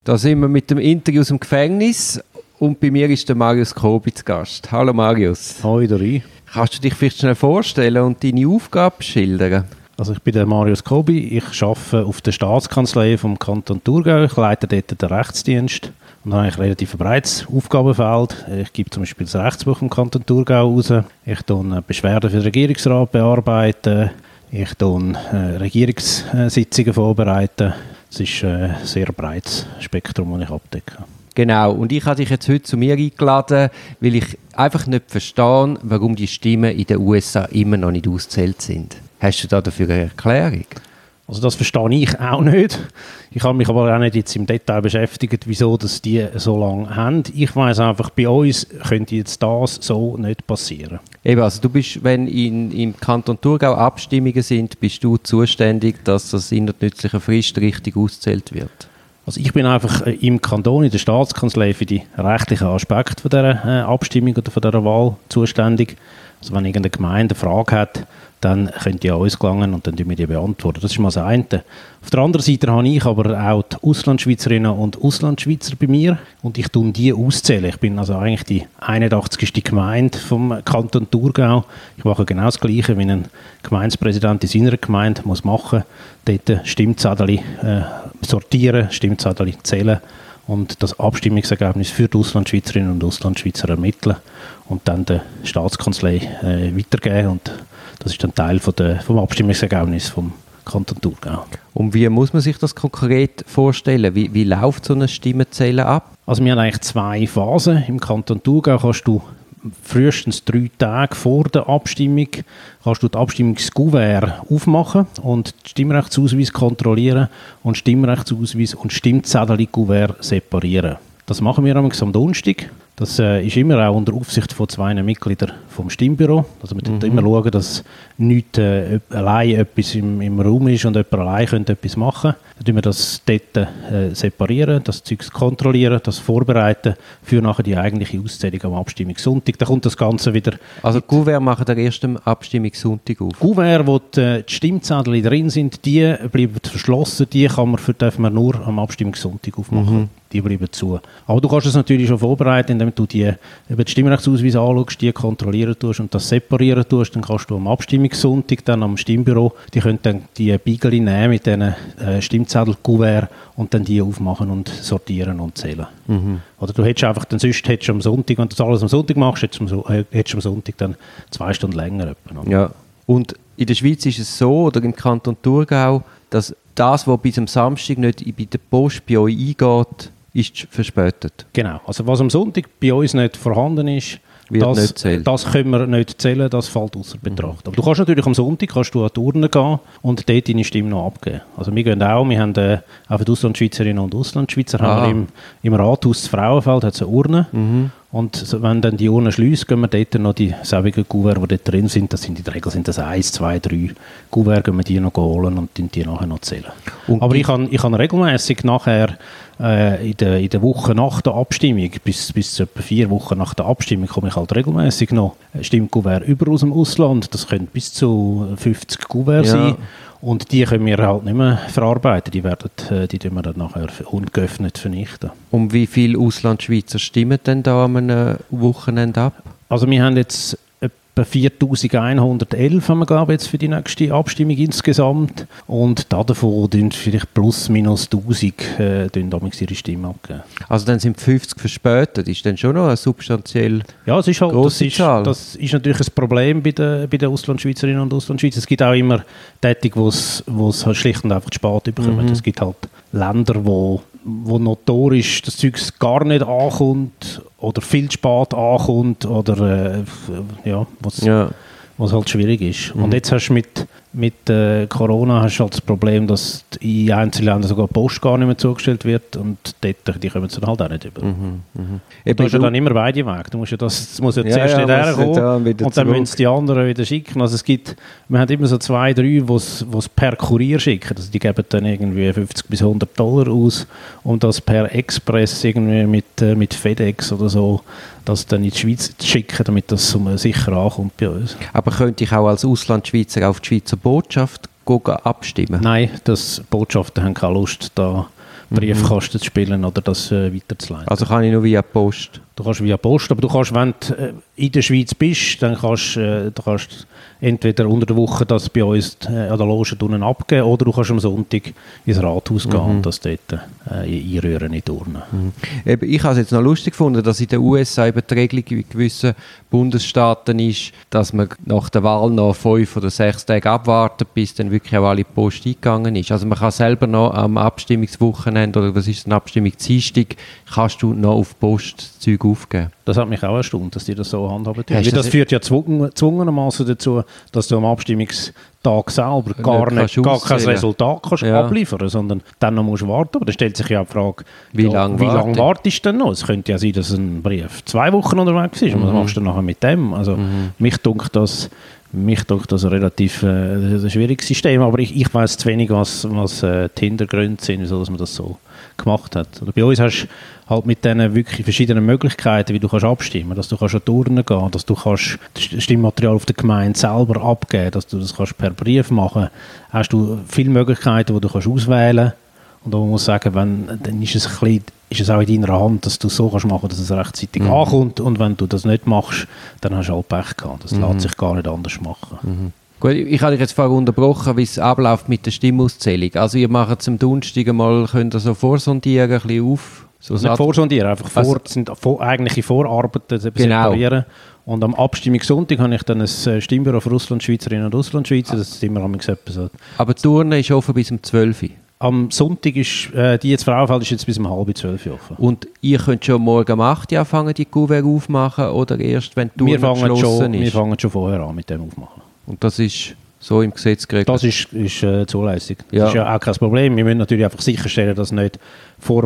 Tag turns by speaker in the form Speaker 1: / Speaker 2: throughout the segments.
Speaker 1: Da sind wir mit dem Interview aus dem Gefängnis und bei mir ist der Marius Kobi zu Gast. Hallo Marius.
Speaker 2: Hoi Dori.
Speaker 1: Kannst du dich vielleicht schnell vorstellen und deine Aufgabe schildern?
Speaker 2: Also ich bin der Marius Kobi, ich arbeite auf der Staatskanzlei vom Kanton Thurgau, ich leite dort den Rechtsdienst und habe eigentlich relativ ein breites Aufgabenfeld. Ich gebe zum Beispiel das Rechtsbuch vom Kanton Thurgau raus, ich tue Beschwerden für den Regierungsrat bearbeiten, ich tue Regierungssitzungen vorbereiten. Es ist ein sehr breites Spektrum, das ich abdecke.
Speaker 1: Genau, und ich habe dich jetzt heute zu mir eingeladen, weil ich einfach nicht verstehe, warum die Stimmen in den USA immer noch nicht ausgezählt sind. Hast du da dafür eine Erklärung?
Speaker 2: Also das verstehe ich auch nicht. Ich habe mich aber auch nicht jetzt im Detail beschäftigt, wieso dass die so lange haben. Ich weiss einfach, bei uns könnte jetzt das so nicht passieren.
Speaker 1: Eben, also du bist, wenn im Kanton Thurgau Abstimmungen sind, bist du zuständig, dass das in der nützlichen Frist richtig ausgezählt wird?
Speaker 2: Also ich bin einfach im Kanton, in der Staatskanzlei für die rechtlichen Aspekte von dieser Abstimmung oder von dieser Wahl zuständig. Also wenn irgendeine Gemeinde eine Frage hat, dann könnt ihr an uns gelangen und dann wir die beantworten. Das ist mal das eine. Auf der anderen Seite habe ich aber auch die Auslandschweizerinnen und Auslandschweizer bei mir und ich tue die auszählen. Ich bin also eigentlich die 81. Gemeinde vom Kanton Thurgau. Ich mache genau das Gleiche, wie ein Gemeindepräsident in seiner Gemeinde muss machen. Dort Stimmzettel sortieren, Stimmzettel zählen und das Abstimmungsergebnis für die Auslandschweizerinnen und Auslandschweizer ermitteln und dann der Staatskanzlei weitergeben. Und das ist dann Teil vom Abstimmungsergebnis vom Kanton Thurgau.
Speaker 1: Und wie muss man sich das konkret vorstellen? Wie läuft so eine Stimmenzählung ab?
Speaker 2: Also wir haben eigentlich 2 Phasen. Im Kanton Thurgau kannst du frühestens 3 Tage vor der Abstimmung kannst du die Abstimmungskuvert aufmachen und den Stimmrechtsausweis kontrollieren und Stimmrechtsausweis und Stimmzettel-Kuvert separieren. Das machen wir am Donnerstag. Das ist immer auch unter Aufsicht von 2 Mitgliedern vom Stimmbüro. Also wir müssen immer schauen, dass nicht allein etwas im Raum ist und jemand allein könnte etwas machen. Dann tun wir das dort separieren, das Zeug kontrollieren, das vorbereiten für nachher die eigentliche Auszählung am Abstimmungssonntag. Da kommt das Ganze wieder.
Speaker 1: Also Kuvert machen der erst am Abstimmungssonntag auf?
Speaker 2: Kuvert, wo die Stimmzettel drin sind, die bleiben verschlossen, die dürfen wir nur am Abstimmungssonntag aufmachen. Die bleiben zu. Aber du kannst es natürlich schon vorbereiten, indem du die Stimmrechtsausweis anschaust, die kontrollieren tust und das separieren tust. Dann kannst du am Abstimmungssonntag dann am Stimmbüro, die können dann die Beigel nehmen mit diesen Stimmzettel-Kuvert und dann die aufmachen und sortieren und zählen. Oder du hättest einfach, sonst hättest du am Sonntag, wenn du das alles am Sonntag machst, hättest du am Sonntag dann 2 Stunden länger.
Speaker 1: Ja. Und in der Schweiz ist es so, oder im Kanton Thurgau, dass das, was bis am Samstag nicht bei der Post bei euch eingeht, ist verspätet.
Speaker 2: Genau. Also was am Sonntag bei uns nicht vorhanden ist, das können wir nicht zählen, das fällt außer Betracht. Aber du kannst natürlich am Sonntag an die Urne gehen und dort deine Stimme noch abgeben. Also wir haben auch für die Auslandschweizerinnen und Auslandschweizer haben wir im Rathaus Frauenfeld hat's eine Urne. Und wenn dann die Urne schließt, gehen wir dort noch die selbigen Kuvert, die dort drin sind. Das sind in der Regel 1, 2, 3 Kuvert, gehen wir die noch holen und die nachher noch zählen. Aber ich kann regelmäßig nachher in der Woche nach der Abstimmung, bis zu etwa 4 Wochen nach der Abstimmung, komme ich halt regelmäßig noch Stimmkuvert über aus dem Ausland. Das können bis zu 50 Kuvert sein. Und die können wir halt nicht mehr verarbeiten. Die tun wir dann nachher ungeöffnet vernichten.
Speaker 1: Und wie viele Auslandschweizer stimmen denn da am Wochenende ab?
Speaker 2: Also wir haben jetzt etwa 4111 haben wir, glaube ich, jetzt für die nächste Abstimmung insgesamt. Und davon tun vielleicht plus minus 1000 ihre Stimme abgeben.
Speaker 1: Also dann sind 50 verspätet. Ist dann schon noch eine substanziell
Speaker 2: grosse Zahl? Das ist natürlich ein Problem bei den Auslandschweizerinnen und Auslandschweizern. Es gibt auch immer Tätige, die es halt schlicht und einfach zu spät bekommen. Es gibt halt Länder, wo notorisch das Zeug gar nicht ankommt oder viel zu spät ankommt oder was halt schwierig ist. Und jetzt hast du mit Corona hast du halt das Problem, dass in einzelnen Ländern sogar die Post gar nicht mehr zugestellt wird und dort, die kommen es dann halt auch nicht über. Du hast ja dann immer beide Wege. Du musst das muss ja zuerst nicht herkommen und dann müssen die anderen wieder schicken. Also wir haben immer so 2, 3, die es per Kurier schicken. Also die geben dann irgendwie $50 bis $100 aus, um das per Express irgendwie mit FedEx oder so das dann in die Schweiz zu schicken, damit das sicher ankommt bei uns.
Speaker 1: Aber könnte ich auch als Auslandschweizer auf die Schweizer Botschaft abstimmen?
Speaker 2: Nein, Botschaften haben keine Lust, da Briefkasten zu spielen oder das weiterzuleiten.
Speaker 1: Also kann ich nur via Post?
Speaker 2: Du kannst via Post, aber du kannst, wenn du in der Schweiz bist, dann kannst du entweder unter der Woche das bei uns an der Loge unten abgeben oder du kannst am Sonntag ins Rathaus gehen und das dort einrühren in die Urne.
Speaker 1: Ich habe es jetzt noch lustig gefunden, dass in den USA eben die Regelung in gewissen Bundesstaaten ist, dass man nach der Wahl noch 5 oder 6 Tage abwartet, bis dann wirklich auch alle Post eingegangen ist. Also man kann selber noch am Abstimmungswochenende oder was ist eine Abstimmung Dienstag, kannst du noch auf Post Zeug aufgeben.
Speaker 2: Das hat mich auch erstaunt, dass die das so handhaben. Das führt ja zwungenermaßen dazu, dass du am Abstimmungstag selber gar kein Resultat kannst abliefern, sondern dann noch musst warten. Aber dann stellt sich ja die Frage, wie lange wartest du denn noch? Es könnte ja sein, dass ein Brief 2 Wochen unterwegs ist. Was machst du nachher mit dem? Also mich dunkt das ein relativ ein schwieriges System, aber ich weiss zu wenig, was die Hintergründe sind, wieso dass man das so gemacht hat. Oder bei uns hast du halt mit diesen wirklich verschiedenen Möglichkeiten, wie du kannst abstimmen, dass du kannst an die Urne gehen, dass du kannst das Stimmmaterial auf der Gemeinde selber abgeben, dass du das kannst per Brief machen, hast du viele Möglichkeiten, die du kannst auswählen. Und da muss man sagen, dann ist es auch in deiner Hand, dass du so kannst machen, dass es rechtzeitig ankommt. Und wenn du das nicht machst, dann hast du halt Pech gehabt. Das lässt sich gar nicht anders machen.
Speaker 1: Gut, ich habe dich jetzt vorher unterbrochen, wie es abläuft mit der Stimmauszählung. Also ihr macht zum Donnerstag einmal, könnt ihr so vorsondieren, ein bisschen auf? So
Speaker 2: nicht vorsondieren, einfach sind eigentliche Vorarbeiten separieren. Und am Abstimmungssonntag habe ich dann ein Stimmbüro für Russlandschweizerinnen und Russlandschweizer, das ist immer etwas so.
Speaker 1: Aber die Urne ist offen bis um 12 Uhr?
Speaker 2: Am Sonntag ist die jetzt Frauenfeld ist jetzt bis um 11:30 offen.
Speaker 1: Und ihr könnt schon morgen um 8 Uhr anfangen, die Kuvert aufmachen oder erst, wenn die Urne geschlossen ist?
Speaker 2: Wir fangen schon vorher an mit dem Aufmachen.
Speaker 1: Und das ist so im Gesetz geregelt?
Speaker 2: Das ist zulässig. Das ist ja auch kein Problem. Wir müssen natürlich einfach sicherstellen, dass nicht vor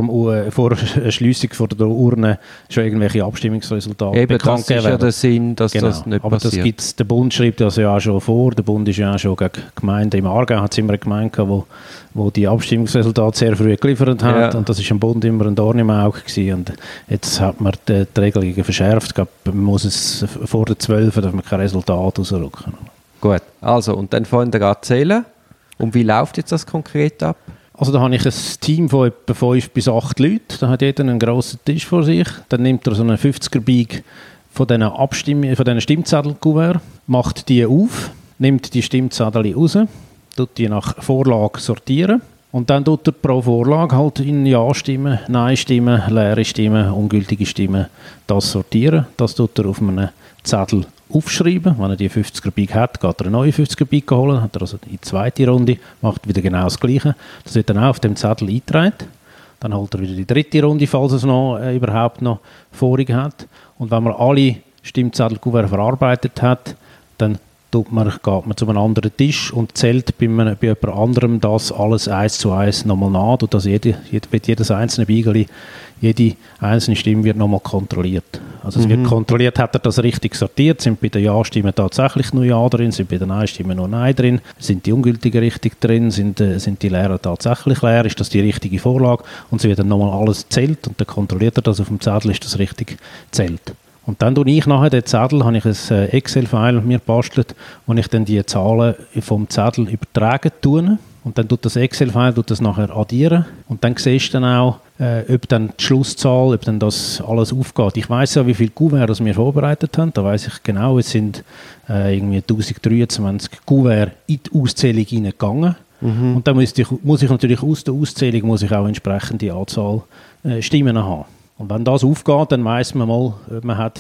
Speaker 2: der Schliessung der Urne schon irgendwelche Abstimmungsresultate bekannt
Speaker 1: Das
Speaker 2: werden.
Speaker 1: ist ja der Sinn, dass das nicht
Speaker 2: aber
Speaker 1: passiert.
Speaker 2: Der Bund schreibt das ja auch schon vor. Der Bund ist ja auch schon gegen Gemeinden. Im Aargau hat es immer eine Gemeinde gehabt, wo die Abstimmungsresultate sehr früh geliefert hat. Ja. Und das ist am Bund immer ein Dorn im Auge gewesen. Und jetzt hat man die Regelungen verschärft. Ich glaube, man muss es vor der 12 darf man kein Resultat rausrücken.
Speaker 1: Gut, also und dann fangen wir an zu zählen. Und wie läuft jetzt das konkret ab?
Speaker 2: Also da habe ich ein Team von etwa 5 bis 8 Leuten. Da hat jeder einen grossen Tisch vor sich. Dann nimmt er so einen 50er-Bag von diesen Stimmzettelkuvert, macht die auf, nimmt die Stimmzettel raus, tut die nach Vorlage sortieren und dann tut er pro Vorlage halt in Ja-Stimmen, Nein-Stimmen, leere Stimmen, ungültige Stimmen das sortieren. Das tut er auf einem Zettel aufschreiben. Wenn er die 50er-Bag hat, geht er eine neue 50er-Bag holen, hat er also in die zweite Runde, macht wieder genau das Gleiche. Das wird dann auch auf dem Zettel eingetragen. Dann holt er wieder die dritte Runde, falls er es noch, überhaupt noch vorig hat. Und wenn man alle Stimmzettelkuvert verarbeitet hat, dann geht man zu einem anderen Tisch und zählt bei jemand anderem das alles 1:1 nochmal nach. Und das jedes einzelne Beigeli, jede einzelne Stimme wird nochmal kontrolliert. Also es wird kontrolliert, hat er das richtig sortiert, sind bei den Ja-Stimmen tatsächlich nur Ja drin, sind bei den Nein-Stimmen nur Nein drin, sind die ungültigen richtig drin, sind die Leeren tatsächlich leer, ist das die richtige Vorlage und es wird dann nochmal alles gezählt und dann kontrolliert er das auf dem Zettel, ist das richtig gezählt. Und dann tue ich nachher den Zettel, habe ich ein Excel-File mir gebastelt, wo ich dann die Zahlen vom Zettel übertragen tue. Und dann tut das Excel-File das nachher addieren. Und dann siehst du dann auch, ob dann die Schlusszahl, ob dann das alles aufgeht. Ich weiss ja, wie viele Kuverts wir vorbereitet haben. Da weiss ich genau, es sind irgendwie 1023 Kuverts in die Auszählung hineingegangen. Und dann muss ich natürlich aus der Auszählung auch entsprechend die Anzahl Stimmen haben. Und wenn das aufgeht, dann weiss man mal, man hat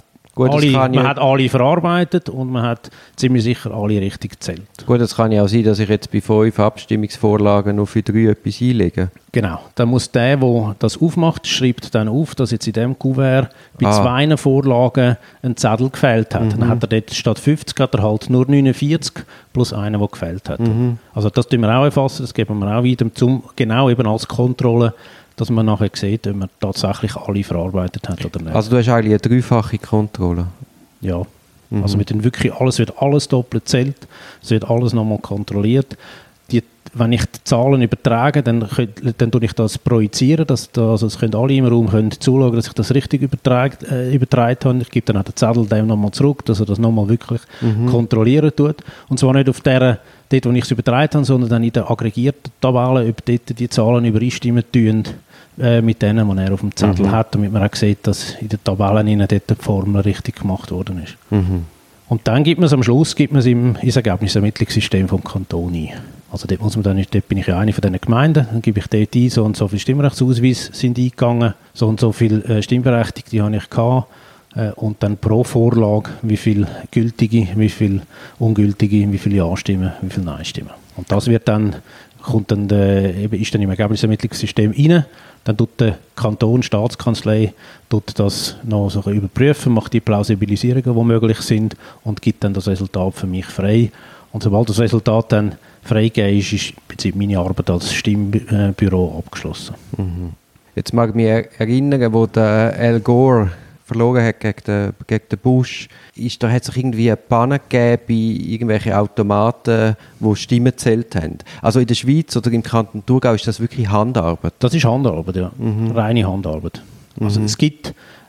Speaker 2: alle verarbeitet und man hat ziemlich sicher alle richtig gezählt.
Speaker 1: Gut, das kann ja auch sein, dass ich jetzt bei 5 Abstimmungsvorlagen nur für 3 etwas einlege.
Speaker 2: Genau. Dann muss der das aufmacht, schreibt dann auf, dass jetzt in diesem Kuvert bei 2 Vorlagen ein Zettel gefehlt hat. Dann hat er dort statt 50 hat er halt nur 49 plus einen, der gefehlt hat. Also das tun wir auch erfassen, das geben wir auch wieder, genau eben als Kontrolle, dass man nachher sieht, ob man tatsächlich alle verarbeitet hat oder nicht.
Speaker 1: Also du hast eigentlich eine 3-fache Kontrolle?
Speaker 2: Ja. Also mit wird alles doppelt gezählt, es wird alles nochmal kontrolliert. Wenn ich die Zahlen übertrage, dann tue ich das projizieren, also es können alle im Raum zuschauen, dass ich das richtig übertragen habe. Ich gebe dann auch den Zettel dem nochmal zurück, dass er das nochmal wirklich kontrollieren tut. Und zwar nicht auf dort, wo ich es übertragen habe, sondern dann in der aggregierten Tabelle, ob dort die Zahlen übereinstimmen tun mit denen, die er auf dem Zettel hat, damit man auch sieht, dass in den Tabellen dort die Formel richtig gemacht worden ist. Und dann gibt man es am Schluss im Ergebnisermittlungssystem vom Kanton ein. Also dort bin ich ja eine von diesen Gemeinden, dann gebe ich dort ein, so und so viele Stimmrechtsausweise sind eingegangen, so und so viele Stimmberechtigte habe ich gehabt, und dann pro Vorlage, wie viele gültige, wie viele ungültige, wie viele Ja-Stimmen, wie viele Nein-Stimmen. Und das ist dann im Ergebnisermittlungssystem rein. Dann tut der Kanton, Staatskanzlei, das noch so überprüfen, macht die Plausibilisierungen, die möglich sind, und gibt dann das Resultat für mich frei. Und sobald das Resultat dann freigegeben ist, ist im Prinzip meine Arbeit als Stimmbüro abgeschlossen.
Speaker 1: Jetzt mag ich mich erinnern, wo der Al Gore verloren hat gegen den Bush, da hat es sich irgendwie eine Panne gegeben bei irgendwelchen Automaten, die Stimmen gezählt haben. Also in der Schweiz oder im Kanton Thurgau ist das wirklich Handarbeit?
Speaker 2: Das ist Handarbeit, ja. Reine Handarbeit. Also es gibt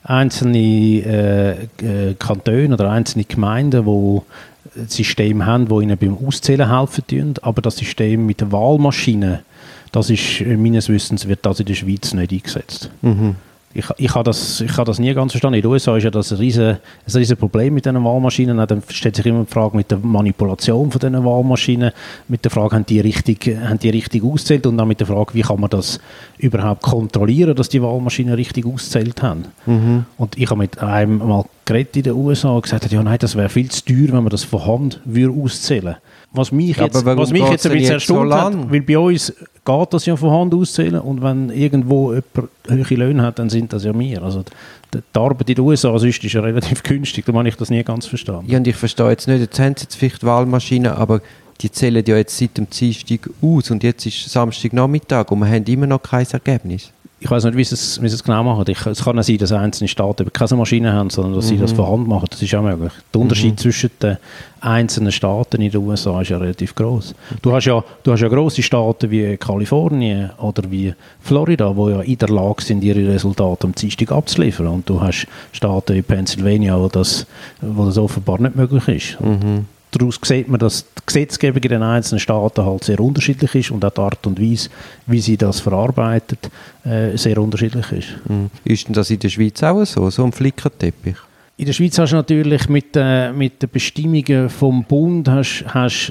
Speaker 2: einzelne Kantone oder einzelne Gemeinden, die ein System haben, das ihnen beim Auszählen helfen tun, aber das System mit der Wahlmaschine, das ist, meines Wissens, wird das in der Schweiz nicht eingesetzt. Ich habe das nie ganz verstanden. In den USA ist ja das ein riesen Problem mit diesen Wahlmaschinen. Dann stellt sich immer die Frage mit der Manipulation von diesen Wahlmaschinen, mit der Frage, haben die richtig ausgezählt, und dann mit der Frage, wie kann man das überhaupt kontrollieren, dass die Wahlmaschinen richtig ausgezählt haben. Und ich habe mit einem mal geredet in den USA und gesagt, ja nein, das wäre viel zu teuer, wenn man das von Hand auszählen würde. Was mich jetzt ein bisschen erstaunt hat, weil bei uns geht das ja von Hand auszählen, und wenn irgendwo jemand hohe Löhne hat, dann sind das ja wir. Also die Arbeit in den USA sonst ist ja relativ günstig, da habe ich das nie ganz verstanden.
Speaker 1: Ja, und ich verstehe jetzt nicht, jetzt haben sie jetzt vielleicht Wahlmaschinen, aber die zählen ja jetzt seit dem Dienstag aus, und jetzt ist Samstagnachmittag und wir haben immer noch kein Ergebnis.
Speaker 2: Ich weiß nicht, wie sie es genau machen. Es kann ja sein, dass einzelne Staaten keine Maschine haben, sondern dass sie das von Hand machen. Das ist auch möglich. Der Unterschied zwischen den einzelnen Staaten in den USA ist ja relativ groß. Du hast ja grosse Staaten wie Kalifornien oder wie Florida, die ja in der Lage sind, ihre Resultate am Dienstag abzuliefern. Und du hast Staaten wie Pennsylvania, wo das offenbar nicht möglich ist. Daraus sieht man, dass die Gesetzgebung in den einzelnen Staaten halt sehr unterschiedlich ist und auch die Art und Weise, wie sie das verarbeitet, sehr unterschiedlich ist.
Speaker 1: Ist denn das in der Schweiz auch so ein Flickenteppich?
Speaker 2: In der Schweiz hast du natürlich mit den Bestimmungen vom Bund hast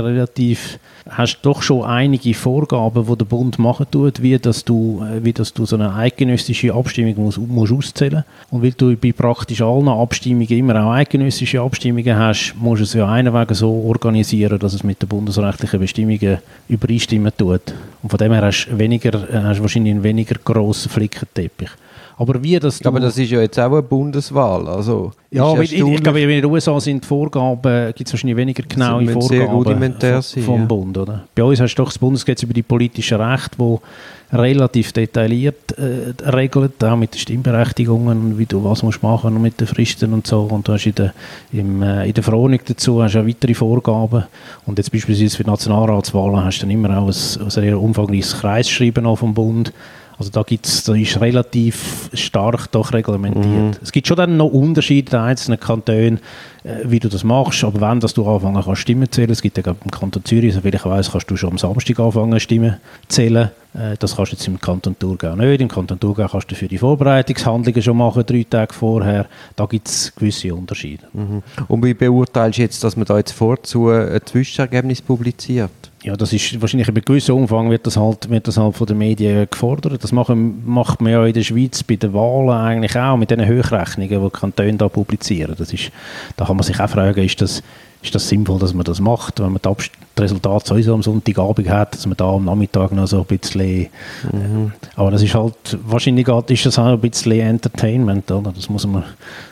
Speaker 2: doch schon einige Vorgaben, die der Bund machen tut, wie dass du so eine eidgenössische Abstimmung musst auszählen. Und weil du bei praktisch allen Abstimmungen immer auch eidgenössische Abstimmungen hast, musst du es ja einweg so organisieren, dass es mit den bundesrechtlichen Bestimmungen übereinstimmen tut. Und von dem her hast du wahrscheinlich einen weniger grossen Flickenteppich. Aber das ist ja jetzt auch eine Bundeswahl. Also ja, ich glaube, in den USA sind die Vorgaben, gibt es wahrscheinlich weniger genaue Vorgaben vom Bund. Oder? Bei uns hast du doch das Bundesgesetz über die politischen Rechte, das relativ detailliert regelt, auch mit den Stimmberechtigungen, wie du was musst machen und mit den Fristen und so. Und du hast in der Verordnung dazu hast auch weitere Vorgaben. Und jetzt beispielsweise für die Nationalratswahlen hast du dann immer auch ein sehr umfangreiches Kreisschreiben vom Bund. Also da ist relativ stark doch reglementiert. Es gibt schon dann noch Unterschiede in den einzelnen Kantonen, wie du das machst, aber wenn du anfangen kannst, Stimmen zu zählen, es gibt ja im Kanton Zürich, soviel ich weiss, kannst du schon am Samstag anfangen, Stimmen zu zählen. Das kannst du jetzt im Kanton Thurgau nicht. Im Kanton Thurgau kannst du für die Vorbereitungshandlungen schon machen, 3 Tage vorher. Da gibt es gewisse Unterschiede.
Speaker 1: Und wie beurteilst du jetzt, dass man da jetzt vorzu ein Zwischenergebnis publiziert?
Speaker 2: Ja, das ist wahrscheinlich in einem gewissen Umfang wird das halt von den Medien gefordert. Das macht man ja in der Schweiz bei den Wahlen eigentlich auch mit diesen Hochrechnungen, die die Kantone da publizieren. Da kann man sich auch fragen, ist das sinnvoll, dass man das macht, wenn man das Resultat sowieso am Sonntagabend hat, dass man da am Nachmittag noch so ein bisschen... aber das ist halt, wahrscheinlich ist das auch ein bisschen Entertainment, oder? Das muss man...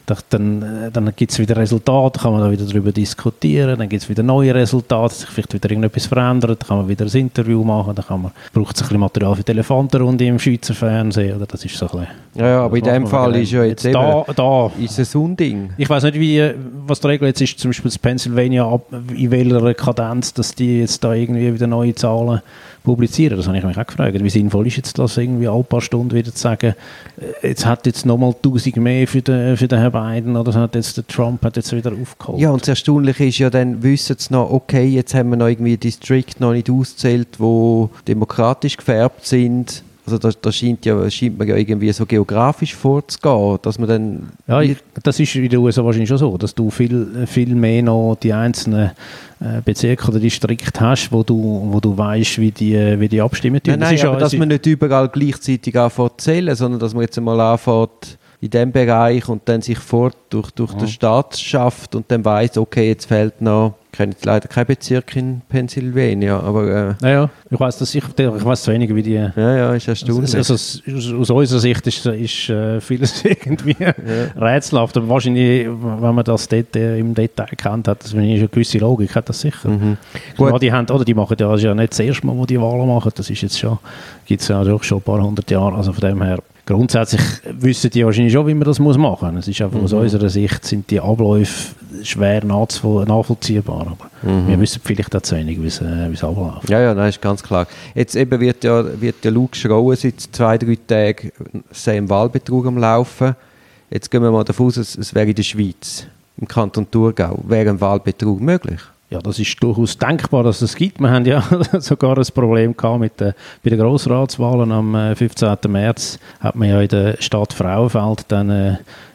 Speaker 2: Dann gibt es wieder Resultate, kann man da wieder darüber diskutieren, dann gibt es wieder neue Resultate, sich vielleicht wieder irgendetwas verändert, dann kann man wieder ein Interview machen, dann braucht es ein bisschen Material für die Elefantenrunde im Schweizer Fernsehen, oder? Das ist so ein bisschen...
Speaker 1: Ja, aber in dem Fall ist ja jetzt eben... ist es ein Unding.
Speaker 2: Ich weiss nicht, was die Regel jetzt ist, zum Beispiel das Pennsylvania, in welcher Kadenz, dass die jetzt da irgendwie wieder neue Zahlen publizieren. Das habe ich mich auch gefragt. Wie sinnvoll ist jetzt das, irgendwie alle paar Stunden wieder zu sagen, jetzt hat jetzt nochmal 1000 mehr für den Herrn Biden, oder der Trump hat jetzt wieder aufgeholt.
Speaker 1: Ja, und das Erstaunliche ist ja dann, wissen sie noch, okay, jetzt haben wir noch irgendwie District noch nicht ausgezählt, die demokratisch gefärbt sind. Also da scheint man ja irgendwie so geografisch vorzugehen, dass man dann...
Speaker 2: Ja, das ist in den USA wahrscheinlich schon so, dass du viel mehr noch die einzelnen Bezirke oder Distrikte hast, wo du weißt, wie die abstimmen.
Speaker 1: Nein, aber dass man nicht überall gleichzeitig anfängt zu zählen, sondern dass man jetzt einmal anfängt in diesem Bereich und dann sich durch den Staat schafft und dann weiss, okay, jetzt fehlt noch, ich kenne jetzt leider keinen Bezirk in Pennsylvania, aber...
Speaker 2: Ja, ich weiss zu wenig, wie die...
Speaker 1: Ja, ist erstaunlich.
Speaker 2: Also aus unserer Sicht ist vieles irgendwie rätselhaft, aber wahrscheinlich, wenn man das dort im Detail kennt, hat das eine gewisse Logik, hat das sicher. Ja, die machen ja, das ist ja nicht das erste Mal, wo die Wahlen machen, das ist jetzt schon, gibt es ja doch schon ein paar hundert Jahre, also von dem her... Grundsätzlich wissen die wahrscheinlich schon, wie man das machen muss. Es ist einfach aus unserer Sicht sind die Abläufe schwer nachvollziehbar. Aber wir wissen vielleicht auch zu wenig, wie es abläuft.
Speaker 1: Ja, nein, ist ganz klar. Jetzt eben wird ja Luke Schrauen seit 2-3 Tagen im Wahlbetrug am Laufen. Jetzt gehen wir mal davon aus, es wäre in der Schweiz, im Kanton Thurgau, wäre ein Wahlbetrug möglich?
Speaker 2: Ja, das ist durchaus denkbar, dass es gibt. Wir haben ja sogar ein Problem gehabt bei den Grossratswahlen am 15. März. Hat man ja in der Stadt Frauenfeld dann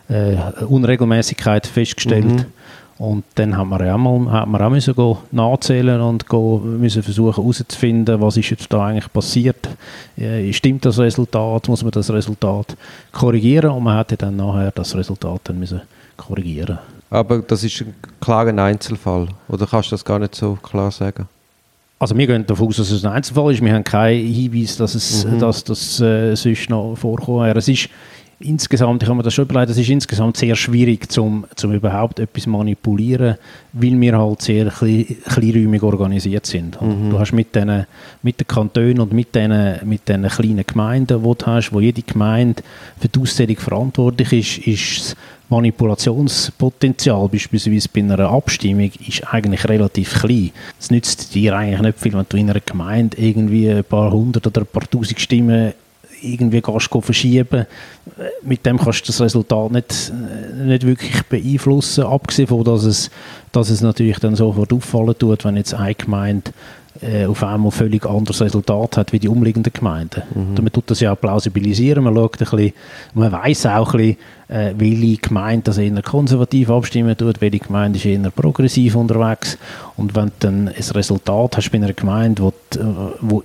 Speaker 2: Unregelmäßigkeit festgestellt. Und dann hat man auch müssen nachzählen und müssen versuchen herauszufinden, was ist jetzt da eigentlich passiert. Stimmt das Resultat? Muss man das Resultat korrigieren? Und man hätte dann nachher das Resultat dann müssen korrigieren.
Speaker 1: Aber das ist ein klarer Einzelfall, oder kannst du das gar nicht so klar sagen?
Speaker 2: Also wir gehen davon aus, dass es ein Einzelfall ist. Wir haben keinen Hinweis, dass das sonst noch vorkommen wäre. Es ist insgesamt, ich habe mir das schon überlegt, es ist insgesamt sehr schwierig, zum überhaupt etwas manipulieren, weil wir halt sehr kleinräumig organisiert sind. Du hast mit den Kantonen und mit den kleinen Gemeinden, die du hast, wo jede Gemeinde für die Auszählung verantwortlich ist das Manipulationspotenzial, beispielsweise bei einer Abstimmung, ist eigentlich relativ klein. Es nützt dir eigentlich nicht viel, wenn du in einer Gemeinde irgendwie ein paar hundert oder ein paar tausend Stimmen irgendwie verschieben. Mit dem kannst du das Resultat nicht wirklich beeinflussen, abgesehen davon, dass es natürlich dann sofort auffallen tut, wenn jetzt eine Gemeinde auf einmal völlig anderes Resultat hat wie die umliegenden Gemeinden. Man tut das ja auch plausibilisieren, man schaut ein bisschen, man weiss auch ein bisschen, welche Gemeinde das eher konservativ abstimmen tut, welche Gemeinde ist eher progressiv unterwegs. Und wenn du dann ein Resultat hast bei einer Gemeinde, wo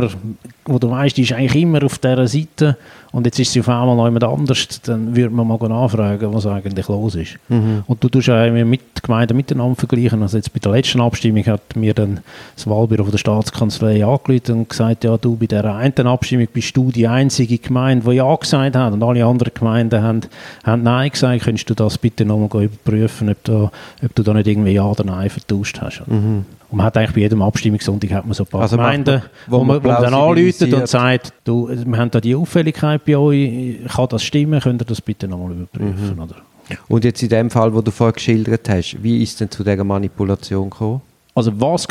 Speaker 2: du weißt, die ist eigentlich immer auf dieser Seite und jetzt ist sie auf einmal noch jemand anders, dann würde man mal nachfragen, was eigentlich los ist. Und du tust ja mit Gemeinden miteinander vergleichen. Also jetzt bei der letzten Abstimmung hat mir dann das Wahlbüro von der Staatskanzlei angerufen und gesagt, ja, du, bei dieser einen Abstimmung bist du die einzige Gemeinde, die Ja gesagt hat und alle anderen Gemeinden haben Nein gesagt. Könntest du das bitte nochmal überprüfen, ob du da nicht irgendwie Ja oder Nein vertauscht hast? Und man hat eigentlich bei jedem Abstimmungssonntag hat man so ein paar Gemeinden, wo man dann anruft und sagt, du, wir haben da die Auffälligkeit bei euch, kann das stimmen, könnt ihr das bitte nochmal überprüfen? Oder?
Speaker 1: Und jetzt in dem Fall, wo du vorher geschildert hast, wie ist denn zu dieser Manipulation gekommen?
Speaker 2: Also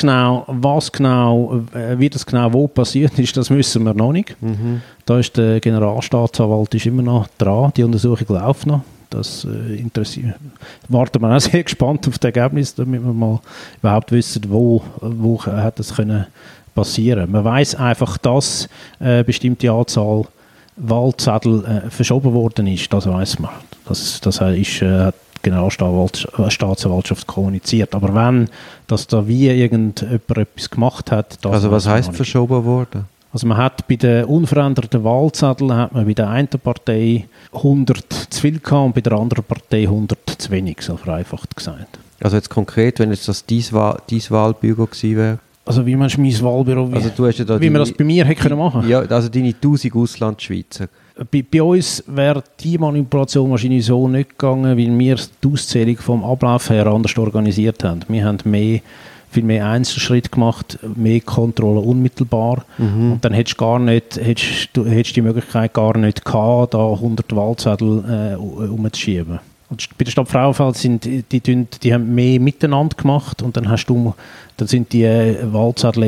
Speaker 2: wie das genau wo passiert ist, das wissen wir noch nicht. Da ist der Generalstaatsanwalt immer noch dran, die Untersuchung läuft noch. Das interessiert. Warten wir auch sehr gespannt auf das Ergebnis, damit wir mal überhaupt wissen, wo hat das können passieren. Man weiß einfach, dass eine bestimmte Anzahl Wahlzettel verschoben worden ist. Das weiß man. Das hat die Generalstaatsanwaltschaft kommuniziert. Aber wenn dass da wie irgendjemand etwas gemacht hat, das
Speaker 1: also was heisst verschoben worden?
Speaker 2: Also man hat bei den unveränderten Wahlzetteln hat man bei der einen Partei 100 zu viel gehabt und bei der anderen Partei 100 zu wenig, so vereinfacht gesagt.
Speaker 1: Also jetzt konkret, wenn jetzt das dein Wahlbüro gewesen wäre?
Speaker 2: Also wie meinst du mein Wahlbüro?
Speaker 1: Wie
Speaker 2: man das bei mir hätte machen können?
Speaker 1: Ja, also deine 1000 Auslandschweizer.
Speaker 2: Bei uns wäre die Manipulation wahrscheinlich so nicht gegangen, weil wir die Auszählung vom Ablauf her anders organisiert haben. Wir haben viel mehr Einzelschritte gemacht, mehr Kontrolle unmittelbar. Und dann hättest du die Möglichkeit gar nicht gehabt, da 100 Wahlzettel umzuschieben. Und bei der Stadt Frauenfeld die haben mehr miteinander gemacht und dann sind die Wahlzettel eben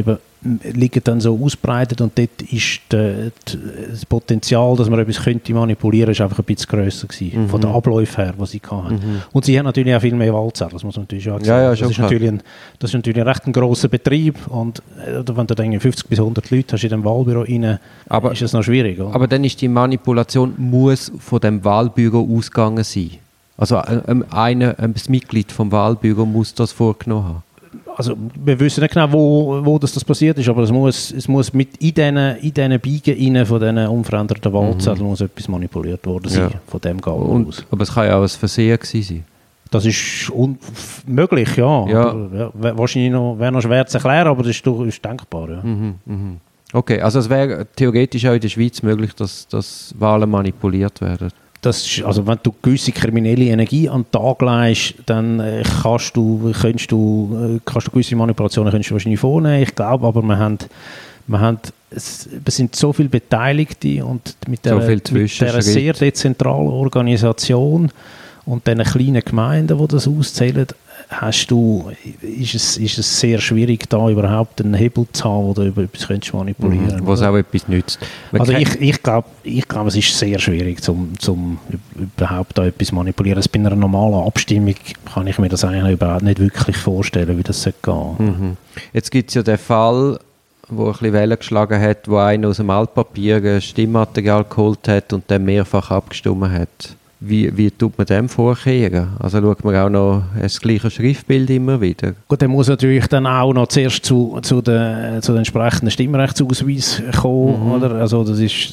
Speaker 2: liegen dann so ausbreitet und dort ist das Potenzial, dass man etwas könnte manipulieren, ist einfach ein bisschen grösser gewesen, von den Abläufen her, die sie hatten. Und sie haben natürlich auch viel mehr Wahlzettel, das muss man natürlich auch sagen. Das ist natürlich ein recht grosser Betrieb und wenn du dann 50 bis 100 Leute hast in dem Wahlbüro rein, ist es noch schwierig. Oder?
Speaker 1: Aber dann ist die Manipulation muss von dem Wahlbüro ausgegangen sein. Also ein Mitglied vom Wahlbüro muss das vorgenommen haben.
Speaker 2: Also wir wissen nicht genau, wo das passiert ist, aber es muss mit in diesen Biegen von diesen unveränderten Wahlzetteln muss etwas manipuliert worden sein, von dem geht aus.
Speaker 1: Aber es kann ja auch ein Versehen gewesen sein.
Speaker 2: Das ist möglich, ja. Wahrscheinlich wäre noch schwer zu erklären, aber das ist denkbar, ja.
Speaker 1: Okay, also es wäre theoretisch auch in der Schweiz möglich, dass Wahlen manipuliert werden.
Speaker 2: Also wenn du gewisse kriminelle Energie an den Tag legst, dann kannst du gewisse Manipulationen wahrscheinlich vornehmen. Ich glaube, aber es sind so viele Beteiligte und mit dieser sehr dezentralen Organisation und diesen kleinen Gemeinden, die das auszählen, ist es sehr schwierig, da überhaupt einen Hebel zu haben, wo du über etwas manipulieren kannst.
Speaker 1: Was auch etwas nützt.
Speaker 2: Also ich glaube, es ist sehr schwierig, zum überhaupt da etwas manipulieren. Bei einer normalen Abstimmung kann ich mir das eigentlich überhaupt nicht wirklich vorstellen, wie das gehen sollte.
Speaker 1: Jetzt gibt es ja den Fall, wo ein bisschen Wellen geschlagen hat, wo einer aus dem Altpapier Stimmmaterial geholt hat und dann mehrfach abgestimmt hat. Wie tut man dem vorkehren? Also schaut man auch noch das gleiche Schriftbild immer wieder?
Speaker 2: Gut, der muss natürlich dann auch noch zuerst zu den entsprechenden Stimmrechtsausweis kommen, oder? Also das ist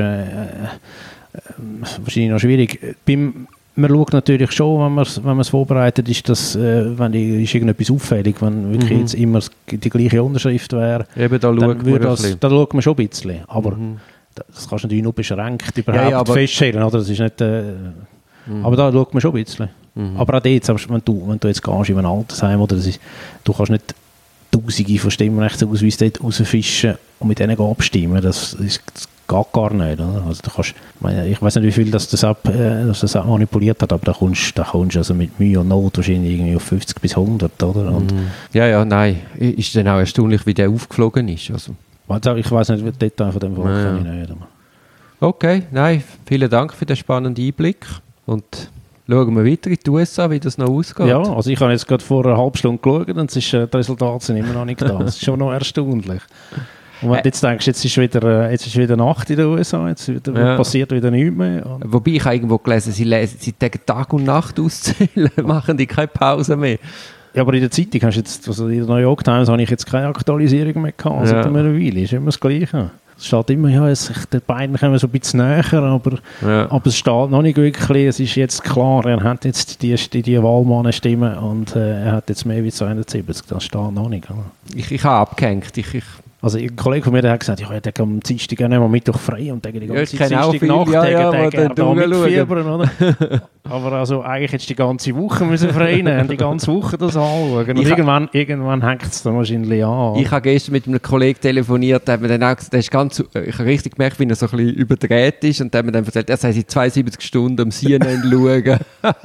Speaker 2: wahrscheinlich noch schwierig. Man schaut natürlich schon, wenn man es vorbereitet, ist irgendetwas auffällig, wenn wirklich jetzt immer die gleiche Unterschrift wäre.
Speaker 1: Eben, da
Speaker 2: schaut man schon ein bisschen. Aber das kannst du natürlich nur beschränkt überhaupt feststellen, oder? Das ist nicht, aber da schaut man schon ein bisschen. Aber auch jetzt, wenn du jetzt gehst in ein Altersheim, oder du kannst nicht Tausende von Stimmrechtsausweisen dort rausfischen und mit denen abstimmen. Das geht gar nicht. Oder? Also ich weiß nicht, wie viel das manipuliert hat, aber da kommst du also mit Mühe und Not wahrscheinlich irgendwie auf 50 bis 100. Oder? Und
Speaker 1: nein. Ist dann auch erstaunlich, wie der aufgeflogen ist. Also
Speaker 2: ich weiß nicht, wie die Details von dem Fall kann ich nicht.
Speaker 1: Okay, vielen Dank für den spannenden Einblick und schauen wir weiter in die USA, wie das noch ausgeht.
Speaker 2: Ja, also ich habe jetzt gerade vor einer halben Stunde geschaut und die Resultate sind immer noch nicht da. Das ist schon noch erstaunlich. Und wenn du jetzt denkst, jetzt ist wieder Nacht in den USA, jetzt passiert wieder nichts mehr.
Speaker 1: Wobei ich irgendwo gelesen habe, sie Tag und Nacht auszählen, machen die keine Pause mehr.
Speaker 2: Ja, aber in der Zeitung hast du jetzt, also in der New York Times habe ich jetzt keine Aktualisierung mehr gehabt, seit einer Weile, ist immer das Gleiche. Es steht immer, die beiden kommen so ein bisschen näher, aber es steht noch nicht wirklich, es ist jetzt klar, er hat jetzt die Wahlmannenstimmen und er hat jetzt mehr wie 270, das steht noch nicht. Oder?
Speaker 1: Ich habe abgehängt,
Speaker 2: Also ein Kollege von mir der hat gesagt, der hat am Dienstag auch am Mittwoch frei und der die ganze
Speaker 1: Dienstag
Speaker 2: Nacht da mitfiebern, oder? Aber also eigentlich hättest du die ganze Woche müssen frei nehmen, die ganze Woche das anschauen. Und irgendwann hängt es dann wahrscheinlich an.
Speaker 1: Ich habe gestern mit einem Kollegen telefoniert, der hat mir dann auch gesagt, ich habe richtig gemerkt, wie er so ein bisschen überdreht ist und der hat mir dann erzählt, er sei seit 72 Stunden am CNN schauen.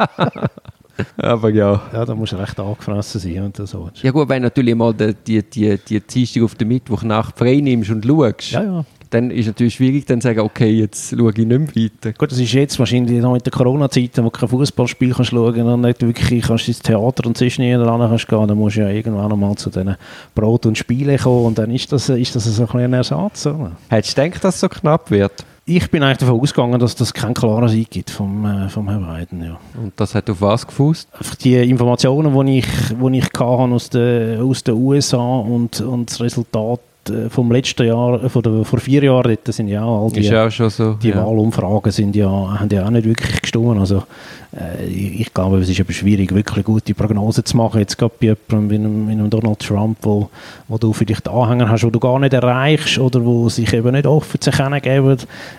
Speaker 1: Aber ja,
Speaker 2: da musst du recht angefressen sein. Und so.
Speaker 1: Ja gut, wenn du natürlich mal die Dienstag auf den Mittwochnacht frei nimmst und schaust, dann ist es natürlich schwierig, dann zu sagen, okay, jetzt schaue ich nicht mehr weiter.
Speaker 2: Gut, das ist jetzt wahrscheinlich noch mit der Corona-Zeit, wo du kein Fußballspiel schauen kannst und nicht wirklich kannst ins Theater und sonst nie ran kannst gehen, dann musst du ja irgendwann einmal zu diesen Brot- und Spielen kommen und dann ist das so ein Ersatz. Oder?
Speaker 1: Hättest du gedacht, dass es so knapp wird?
Speaker 2: Ich bin eigentlich davon ausgegangen, dass das keinen klaren Sieg gibt vom Herrn Biden. Ja.
Speaker 1: Und das hat auf was gefußt?
Speaker 2: Auf die Informationen, die ich hatte aus den USA und das Resultat vom letzten Jahr, vor 4 Jahren, das sind ja all die Wahlumfragen haben ja auch nicht wirklich gestimmt. Also ich glaube, es ist aber schwierig, wirklich gute Prognosen zu machen. Jetzt gerade bei jemandem wie einem Donald Trump, wo du vielleicht Anhänger hast, die du gar nicht erreichst oder wo sich eben nicht offen zu erkennen geben,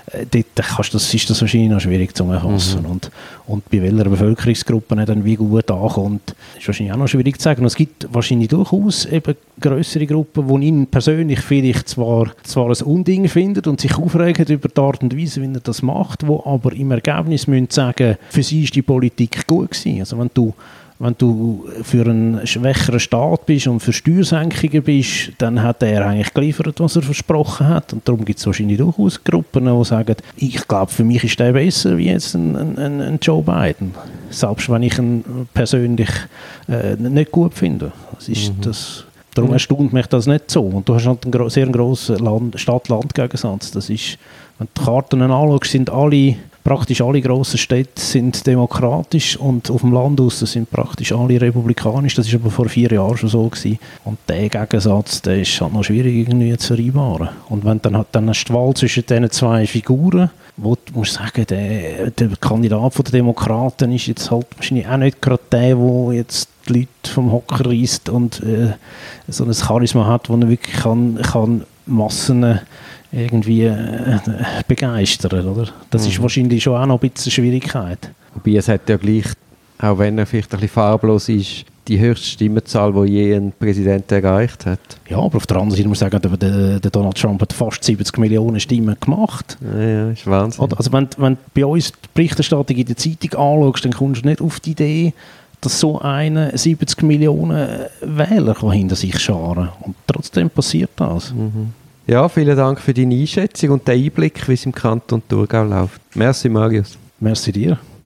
Speaker 2: ist das wahrscheinlich noch schwierig zu erfassen. Und bei welcher Bevölkerungsgruppe er dann wie gut ankommt, ist wahrscheinlich auch noch schwierig zu sagen. Und es gibt wahrscheinlich durchaus eben grössere Gruppen, die ihn persönlich vielleicht zwar ein Unding finden und sich aufregen über die Art und Weise, wie er das macht, wo aber im Ergebnis müssen sagen, für sie ist die Politik gut gewesen. Also wenn du wenn du für einen schwächeren Staat bist und für Steuersenkungen bist, dann hat er eigentlich geliefert, was er versprochen hat. Und darum gibt es wahrscheinlich durchaus Gruppen, die sagen, ich glaube, für mich ist der besser wie jetzt ein Joe Biden. Selbst wenn ich ihn persönlich nicht gut finde. Darum erstaunt mich das nicht so. Und du hast halt einen sehr grossen Stadt-Land-Gegensatz. Das ist, wenn du die Karten anschaust, sind praktisch alle grossen Städte sind demokratisch und auf dem Land aus sind praktisch alle republikanisch. Das war aber vor 4 Jahren schon so gewesen. Und der Gegensatz, der ist halt noch schwierig irgendwie zu vereinbaren. Und wenn dann hast du die Wahl zwischen diesen 2 Figuren, wo du musst sagen, der Kandidat der Demokraten ist jetzt halt wahrscheinlich auch nicht gerade der jetzt die Leute vom Hocker reisst und so ein Charisma hat, wo er wirklich kann Massen irgendwie begeistern, oder? Das ist wahrscheinlich schon auch noch ein bisschen Schwierigkeit.
Speaker 1: Wobei es hat ja gleich, auch wenn er vielleicht ein bisschen farblos ist, die höchste Stimmenzahl, die je ein Präsident erreicht hat.
Speaker 2: Ja, aber auf der anderen Seite muss man sagen, der Donald Trump hat fast 70 Millionen Stimmen gemacht.
Speaker 1: Ja, ist Wahnsinn.
Speaker 2: Also wenn du bei uns die Berichterstattung in der Zeitung anschaust, dann kommst du nicht auf die Idee, dass so einer 70 Millionen Wähler hinter sich scharen kann. Und trotzdem passiert das.
Speaker 1: Ja, vielen Dank für deine Einschätzung und den Einblick, wie es im Kanton Thurgau läuft. Merci, Marius.
Speaker 2: Merci dir.